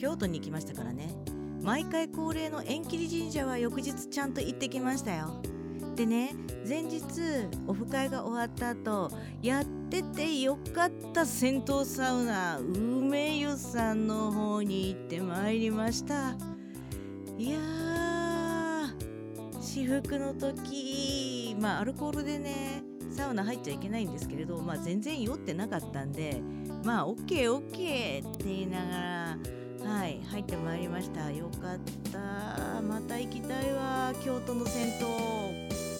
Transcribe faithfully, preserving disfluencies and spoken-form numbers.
京都に行きましたからね。毎回恒例の縁切り神社は翌日ちゃんと行ってきましたよ。でね、前日オフ会が終わった後、やっててよかった銭湯サウナ梅湯さんの方に行ってまいりました。いやー、至福の時、まあアルコールでねサウナ入っちゃいけないんですけれど、まあ全然酔ってなかったんで、まあオッケーオッケーって言いながら、はい入ってまいりました。よかった、また行きたいわ京都の銭湯。